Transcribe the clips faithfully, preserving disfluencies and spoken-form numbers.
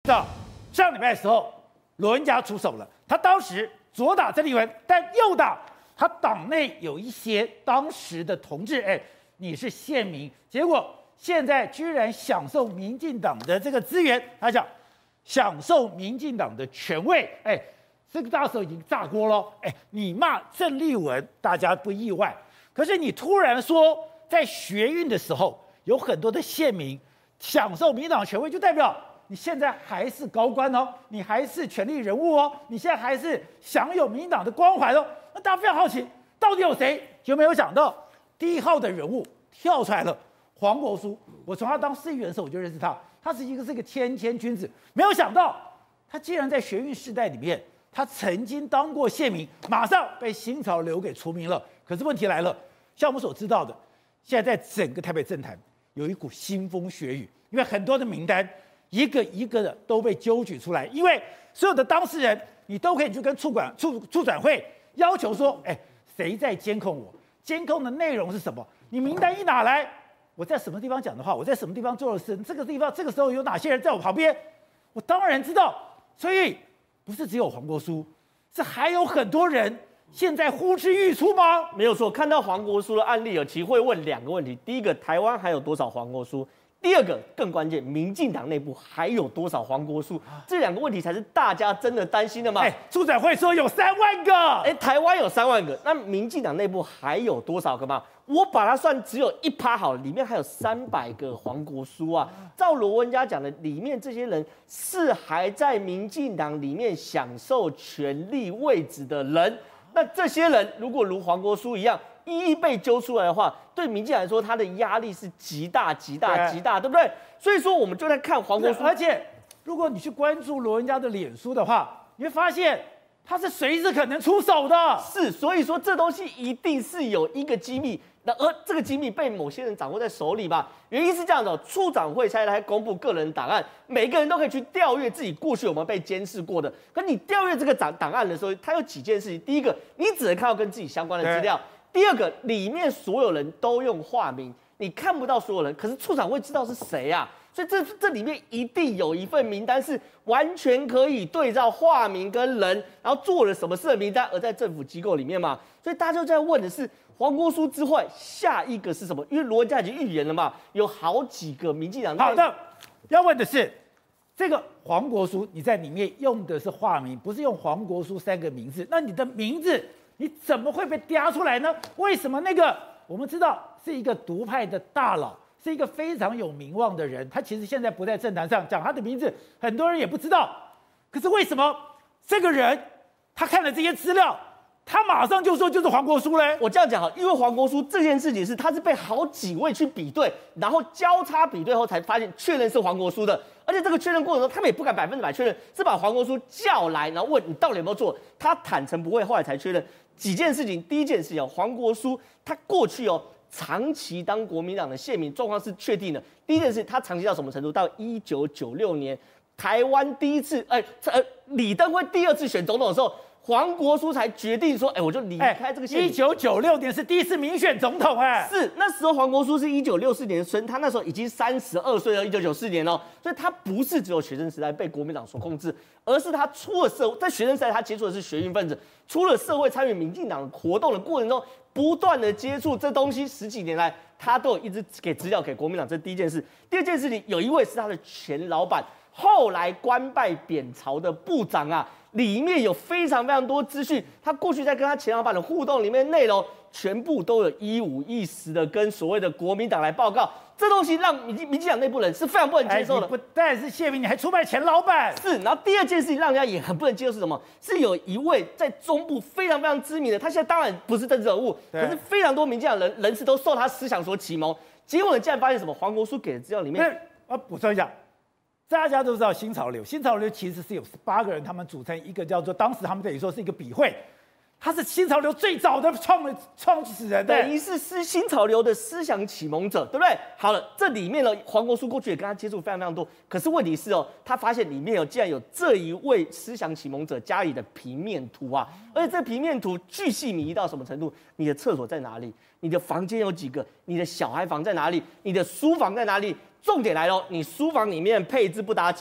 道上礼拜的时候，罗文嘉出手了，他当时左打郑丽文，但右打他党内有一些当时的同志，哎，你是县民，结果现在居然享受民进党的这个资源，他讲享受民进党的权位，哎，这个大时候已经炸锅了，哎，你骂郑丽文，大家不意外，可是你突然说在学运的时候，有很多的县民享受民进党权位，就代表你现在还是高官哦，你还是权力人物哦，你现在还是享有民进党的光环哦。那大家非常好奇，到底有谁？就没有想到第一号的人物跳出来了，黄国书。我从他当市议员的时候我就认识他，他是一个是一个谦谦君子。没有想到他竟然在学运世代里面，他曾经当过县民，马上被新潮流给除名了。可是问题来了，像我们所知道的，现在在整个台北政坛有一股腥风血雨，因为很多的名单一个一个的都被揪举出来，因为所有的当事人，你都可以去跟处管处处转会要求说，哎，谁在监控我？监控的内容是什么？你名单一拿来，我在什么地方讲的话，我在什么地方做的事，这个地方这个时候有哪些人在我旁边，我当然知道。所以不是只有黄国书，是还有很多人现在呼之欲出吗？ 没有错，看到黄国书的案例有，其实会问两个问题：第一个，台湾还有多少黄国书？第二个更关键，民进党内部还有多少黄国书？这两个问题才是大家真的担心的嘛？ 哎，处长会说有三万个， 哎，台湾有三万个，那民进党内部还有多少个嘛？我把它算只有一趴好了，里面还有三百个黄国书啊。照罗文嘉讲的，里面这些人是还在民进党里面享受权力位置的人。那这些人如果如黄国书一样，一一被揪出来的话，对民进来说，他的压力是极大、极大、极大，对不对？所以说，我们就在看黄国书。 而且，如果你去关注罗文嘉的脸书的话，你会发现他是随时可能出手的。 是，所以说这东西一定是有一个机密，那而这个机密被某些人掌握在手里吧？原因是这样的，处长会才来公布个人档案，每个人都可以去调阅自己过去有没有被监视过的。可你调阅这个档档案的时候，它有几件事情：第一个，你只能看到跟自己相关的资料。第二个，里面所有人都用化名，你看不到所有人，可是处长会知道是谁啊？所以这这里面一定有一份名单是完全可以对照化名跟人，然后做了什么事的名单，而在政府机构里面嘛。所以大家就在问的是，黄国书之外，下一个是什么？因为罗文嘉已经预言了嘛，有好几个民进党。 好的，要问的是，这个黄国书你在里面用的是化名，不是用黄国书三个名字，那你的名字你怎么会被嗲出来呢？为什么那个我们知道是一个独派的大佬，是一个非常有名望的人，他其实现在不在政坛上，讲他的名字，很多人也不知道。可是为什么这个人他看了这些资料，他马上就说就是黄国书嘞？ 我这样讲好，因为黄国书这件事情是他是被好几位去比对，然后交叉比对后才发现确认是黄国书的。而且这个确认过程中，他们也不敢百分之百确认，是把黄国书叫来，然后问你到底有没有做。他坦诚不会，后来才确认几件事情。第一件事情，黄国书他过去哦长期当国民党的县民，状况是确定的。第一件事，他长期到什么程度？到一九九六年台湾第一次，哎、呃，呃，李登辉第二次选总统的时候。黄国书才决定说，哎，我就离开这个县。 一九九六年是第一次民选总统，哎， 是那时候黄国书是一九六四年生，他那时候已经三十二岁了，一九九四年哦，所以他不是只有学生时代被国民党所控制，而是他出了社会，在学生时代他接触的是学运分子，出了社会参与民进党活动的过程中，不断的接触这东西，十几年来他都有一直给资料给国民党，这是第一件事。第二件事情，有一位是他的前老板，后来官拜扁朝的部长啊。里面有非常非常多资讯，他过去在跟他前老板的互动里面内容，全部都有一五一十的跟所谓的国民党来报告，这东西让民民进党内部人是非常不能接受的。 哎、不但是谢明，你还出卖前老板。 是，然后第二件事情让人家也很不能接受是什么？是有一位在中部非常非常知名的，他现在当然不是政治人物，可是非常多民进党人人士都受他思想所启蒙。结果你竟然发现什么？黄国书给的资料里面， 我补充一下。大家都知道新潮流，新潮流其实是有十八个人，他们组成一个叫做，当时他们等于说是一个笔会，他是新潮流最早的创创始人， 等于是思新潮流的思想启蒙者，对不对？好了，这里面呢，黄国书过去也跟他接触非常非常多，可是问题是哦，他发现里面有竟然有这一位思想启蒙者家里的平面图啊，而且这平面图巨细靡遗到什么程度？你的厕所在哪里？你的房间有几个？你的小孩房在哪里？你的书房在哪里？重点来了，你书房里面配置不打紧哦，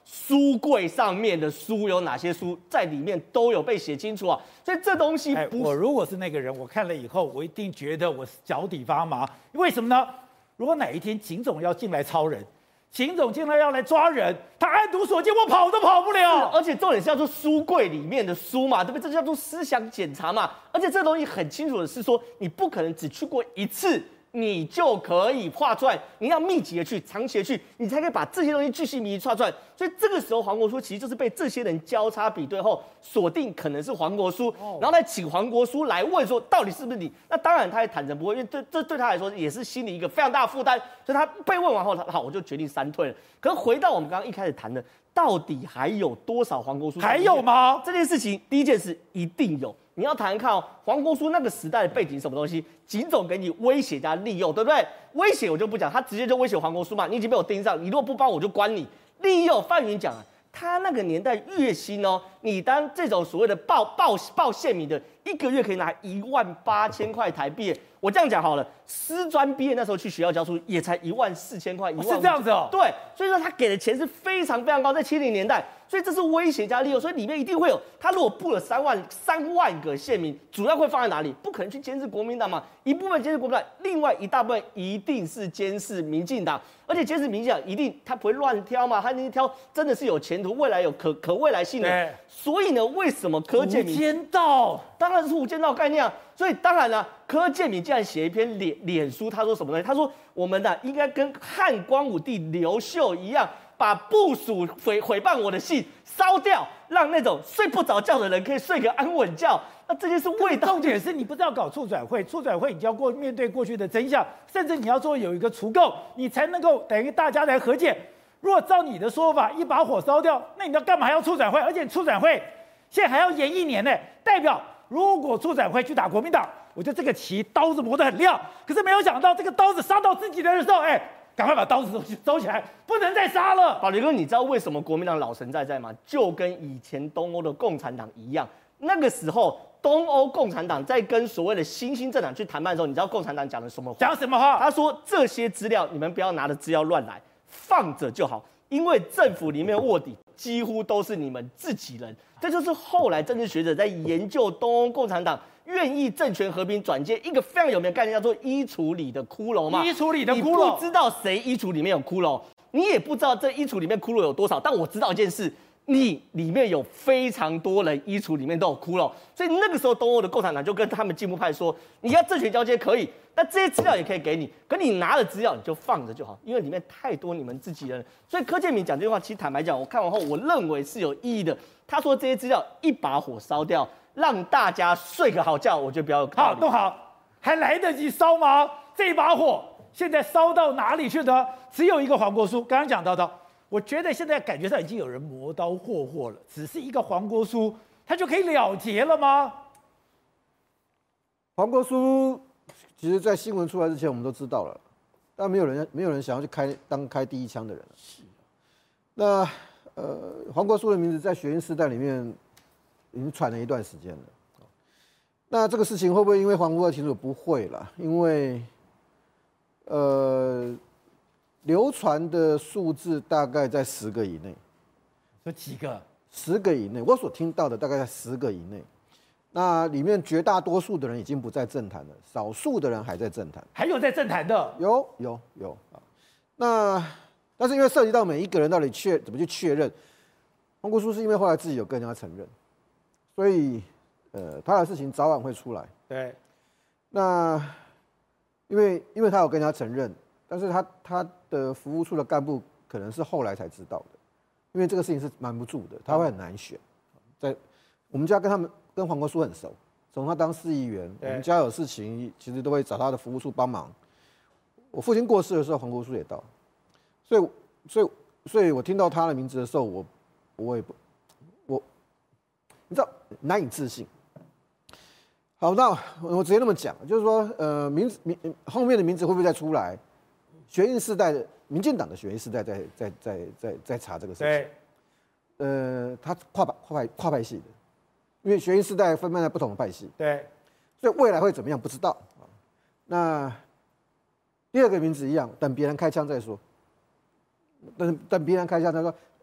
书柜上面的书有哪些书，在里面都有被写清楚啊。所以这东西不， 我如果是那个人，我看了以后，我一定觉得我脚底发麻。为什么呢？如果哪一天警总要进来超人，秦总进来要来抓人，他按毒锁进，我跑都跑不了。 而且重点是要说书柜里面的书嘛，对不对？这就叫做思想检查嘛。而且这东西很清楚的是说，你不可能只去过一次，你就可以画出来。你要密集的去，长期的去，你才可以把这些东西巨细靡遗画出来。所以这个时候，黄国书其实就是被这些人交叉比对后锁定可能是黄国书，然后再请黄国书来问说到底是不是你。那当然他也坦诚不会，因为这这对他来说也是心里一个非常大的负担。所以他被问完后，他好，我就决定删退了。可是回到我们刚刚一开始谈的，到底还有多少黄国书？ 还有吗？ 这件事情，第一件事一定有。你要谈谈看哦，黄国书那个时代的背景是什么东西？警总给你威胁加利诱，对不对？威胁我就不讲，他直接就威胁黄国书嘛，你已经被我盯上，你如果不帮我就关你。利诱，范云讲啊，他那个年代月薪哦，你当这种所谓的报报报县民的，一个月可以拿一万八千块台币。我这样讲好了，师专毕业那时候去学校教书也才一万四千块，一万是这样子哦。 对，所以说他给的钱是非常非常高，在七零年代，所以这是威胁加利诱，所以里面一定会有他如果布了三万三万个县民，主要会放在哪里？不可能去监视国民党嘛，一部分监视国民党，另外一大部分一定是监视民进党，而且监视民进党一定他不会乱挑嘛，他那挑真的是有前途，未来有可可未来性的。所以呢，为什么柯建铭？ 无间道， 当然是无间道概念啊。所以当然了，柯建铭竟然写一篇脸脸书，他说什么东西？他说我们呢应该跟汉光武帝刘秀一样，把部属毁毁谤我的信烧掉，让那种睡不着觉的人可以睡个安稳觉。那这件事味道， 重点是你不是要搞促转会，促转会你就要过面对过去的真相，甚至你要做有一个除垢，你才能够等于大家来和解。如果照你的说法，一把火烧掉，那你要干嘛还要促转会？而且促转会现在还要延一年呢，代表如果促转会去打国民党，我觉得这个旗刀子磨得很亮。可是没有想到，这个刀子杀到自己的时候，哎，赶快把刀子收起来，不能再杀了。 宝雷哥，你知道为什么国民党老神在在吗？就跟以前东欧的共产党一样，那个时候东欧共产党在跟所谓的新兴政党去谈判的时候，你知道共产党讲了什么话？ 讲什么话？ 他说这些资料你们不要拿着资料乱来，放着就好，因为政府里面卧底几乎都是你们自己人。这就是后来政治学者在研究东欧共产党愿意政权和平转接一个非常有名的概念，叫做衣橱里的骷髅嘛。 衣橱里的骷髅， 你不知道谁衣橱里面有骷髅，你也不知道这衣橱里面骷髅有多少，但我知道一件事。你里面有非常多人衣橱里面都有骷髅，所以那个时候东欧的共产党就跟他们进步派说，你要政权交接可以，那这些资料也可以给你，可你拿了资料你就放着就好，因为里面太多你们自己人。所以柯建铭讲这句话，其实坦白讲，我看完后我认为是有意义的。他说这些资料一把火烧掉，让大家睡个好觉，我觉得比较有道理。 好，都好，还来得及烧吗？这把火现在烧到哪里去呢？只有一个黄国书，刚刚讲到的。我觉得现在感觉上已经有人磨刀霍霍了，只是一个黄国书，他就可以了结了吗？ 黄国书其实，在新闻出来之前，我们都知道了，但没有人没有人想要去开当开第一枪的人。是。那呃，黄国书的名字在学运世代里面已经传了一段时间了。那这个事情会不会因为黄国书停止？不会啦，因为呃。流传的数字大概在十个以内， 有几个？ 十个以内，我所听到的大概在十个以内。那里面绝大多数的人已经不在政坛了，少数的人还在政坛。 还有在政坛的？ 有有有啊。那但是因为涉及到每一个人到底确怎么去确认，黄国书是因为后来自己有跟人家承认，所以呃他的事情早晚会出来。 对。 那因为因为他有跟人家承认。但是他他的服务处的干部可能是后来才知道的，因为这个事情是瞒不住的，他会很难选。在我们家跟他们跟黄国书很熟，从他当市议员，我们家有事情其实都会找他的服务处帮忙。我父亲过世的时候，黄国书也到，所以所以所以我听到他的名字的时候，我我也不我你知道难以置信。好，那我直接那么讲，就是说，呃，名字名后面的名字会不会再出来？学运世代的民进党的学运世代在在在在在查这个事情。对。呃，他跨派跨派跨派系的，因为学运世代分派在不同的派系。 对。 所以未来会怎么样不知道啊。那第二个名字一样，等别人开枪再说。等等别人开枪，他说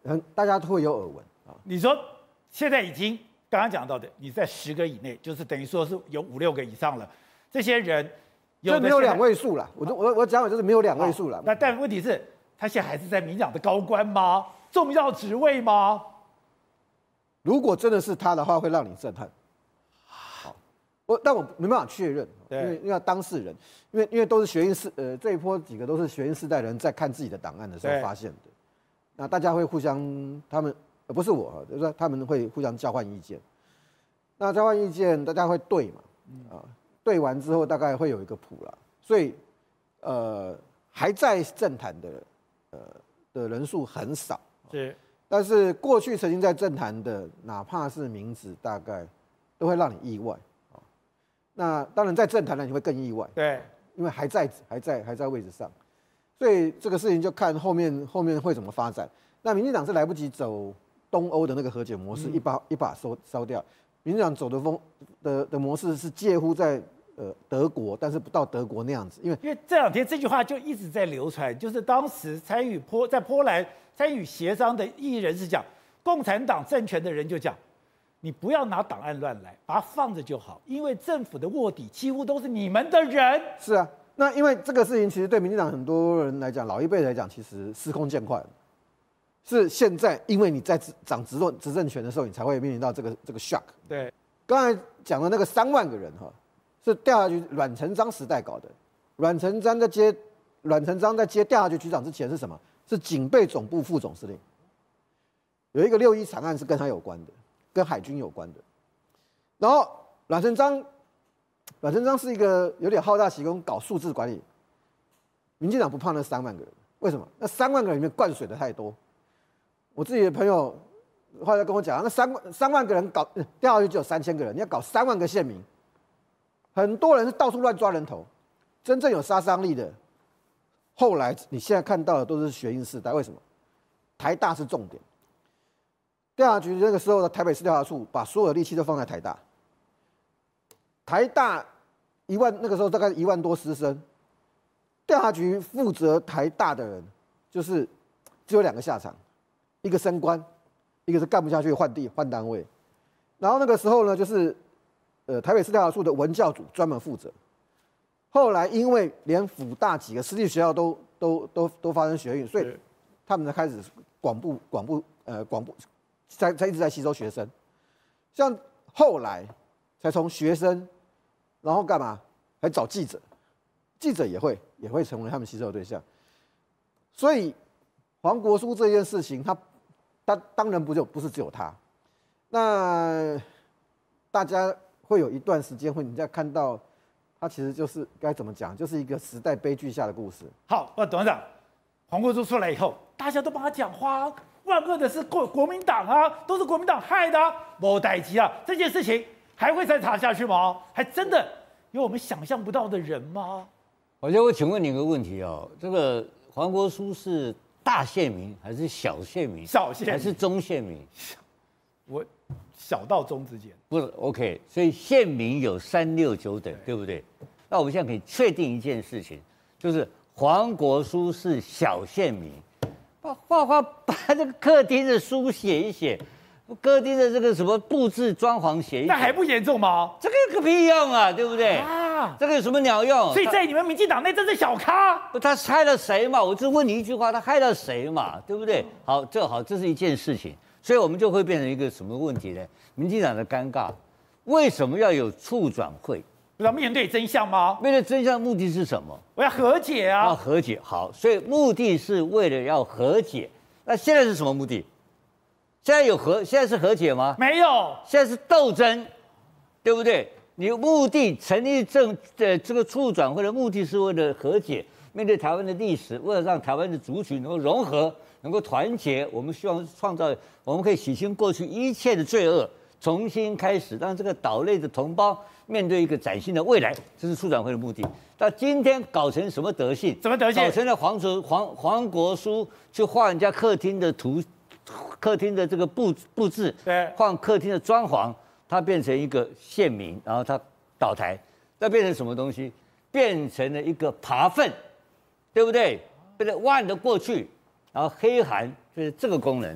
很大家都会有耳闻啊。 你说现在已经刚刚讲到的，你在十个以内，就是等于说是有五六个以上了。这些人有的这没有两位数了，我就我我讲的就是没有两位数了。 那但问题是，他现在还是在民进党的高官吗？重要职位吗？ 如果真的是他的话，会让你震撼。好，我但我没办法确认，因为因为当事人，因为因为都是学运世呃这一波几个都是学运世代人在看自己的档案的时候发现的，那大家会互相他们呃不是我，就是说他们会互相交换意见。那交换意见，大家会对嘛？啊，对完之后大概会有一个谱啦。所以呃还在政坛的呃的人数很少。 是。 但是过去曾经在政坛的，哪怕是名字，大概都会让你意外。那当然在政坛呢，你会更意外。 对， 因为还在还在还在位置上，所以这个事情就看后面后面会怎么发展。那民进党是来不及走东欧的那个和解模式，嗯、一把一把烧烧掉。民进党走的风的的模式是介乎在呃德国，但是不到德国那样子，因为因为这两天这句话就一直在流传，就是当时参与波在波兰。参与协商的异议人士讲，共产党政权的人就讲，你不要拿档案乱来，把它放着就好，因为政府的卧底几乎都是你们的人。 是啊，那因为这个事情其实对民进党很多人来讲，老一辈来讲，其实司空见惯，是现在因为你在掌执政执政权的时候，你才会面临到这个这个 shock。 对， 刚才讲的那个三万个人哈，是调查局阮成章时代搞的。阮成章在接阮成章在接调查局局长之前是什么？是警备总部副总司令，有一个六一惨案是跟他有关的，跟海军有关的。然后阮成章，阮成章是一个有点好大喜功搞数字管理，民进党不怕那三万个人，为什么？那三万个人里面灌水的太多。我自己的朋友后来跟我讲，那三万三万个人搞调查局只有三千个人，你要搞三万个县民，很多人是到处乱抓人头，真正有杀伤力的。后来你现在看到的都是学运世代，为什么？台大是重点。调查局那个时候的台北市调查处把所有的力气都放在台大。台大一万那个时候大概一万多师生，调查局负责台大的人就是只有两个下场，一个升官，一个是干不下去换地换单位。然后那个时候呢，就是呃台北市调查处的文教组专门负责。后来因为连辅大几个私立学校都都都都发生学运，所以他们才开始广布广布呃广布，才才一直在吸收学生。像后来才从学生，然后干嘛？还找记者，记者也会也会成为他们吸收的对象。所以黄国书这件事情，他他当然不就不是只有他，那大家会有一段时间会你在看到。它其实就是该怎么讲，就是一个时代悲剧下的故事。 好，那董事长，黄国书出来以后，大家都帮他讲话，万恶的是国国民党啊，都是国民党害的、啊，没代志啊，这件事情还会再查下去吗？还真的有我们想象不到的人吗？ 我觉得我请问你一个问题哦，这个黄国书是大县民还是小县民？ 小县民还是中县民？ 我小到中之间。 不是 OK， 所以县民有三六九等， 对, 对不对？那我们现在可以确定一件事情，就是黄国书是小县民，把画画把这个客厅的书写一写，客厅的这个什么布置装潢写一写， 那还不严重吗？ 这个有个屁用啊，对不对？啊，这个有什么鸟用？ 所以在你们民进党内真是小咖。 不，他害了谁嘛？我只问你一句话，他害了谁嘛？对不对？好，这好，这是一件事情。所以我们就会变成一个什么问题呢？民进党的尴尬，为什么要有促转会？ 要面对真相吗？ 面对真相的目的是什么？ 我要和解啊！ 要和解，好，所以目的是为了要和解。那现在是什么目的？现在有和，现在是和解吗？ 没有， 现在是斗争，对不对？你目的成立政呃这个促转会的目的是为了和解，面对台湾的历史，为了让台湾的族群能够融合。能够团结，我们希望创造，我们可以洗清过去一切的罪恶，重新开始，让这个岛内的同胞面对一个崭新的未来，这是促转会的目的。那今天搞成什么德性？ 什么德性？ 搞成了黄国黄黄国书去画人家客厅的图，客厅的这个布布置， 对， 换客厅的装潢，他变成一个县民，然后他倒台，那变成什么东西？变成了一个扒粪，对不对？变成万的过去。然后黑函就是这个功能，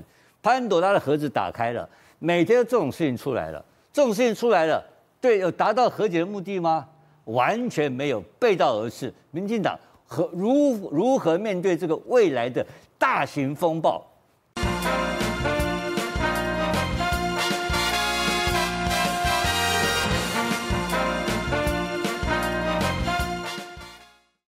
潘朵拉的盒子打开了，每天这种事情出来了，这种事情出来了，对，有达到和解的目的吗？完全没有，背道而驰。民进党和如如何面对这个未来的大型风暴？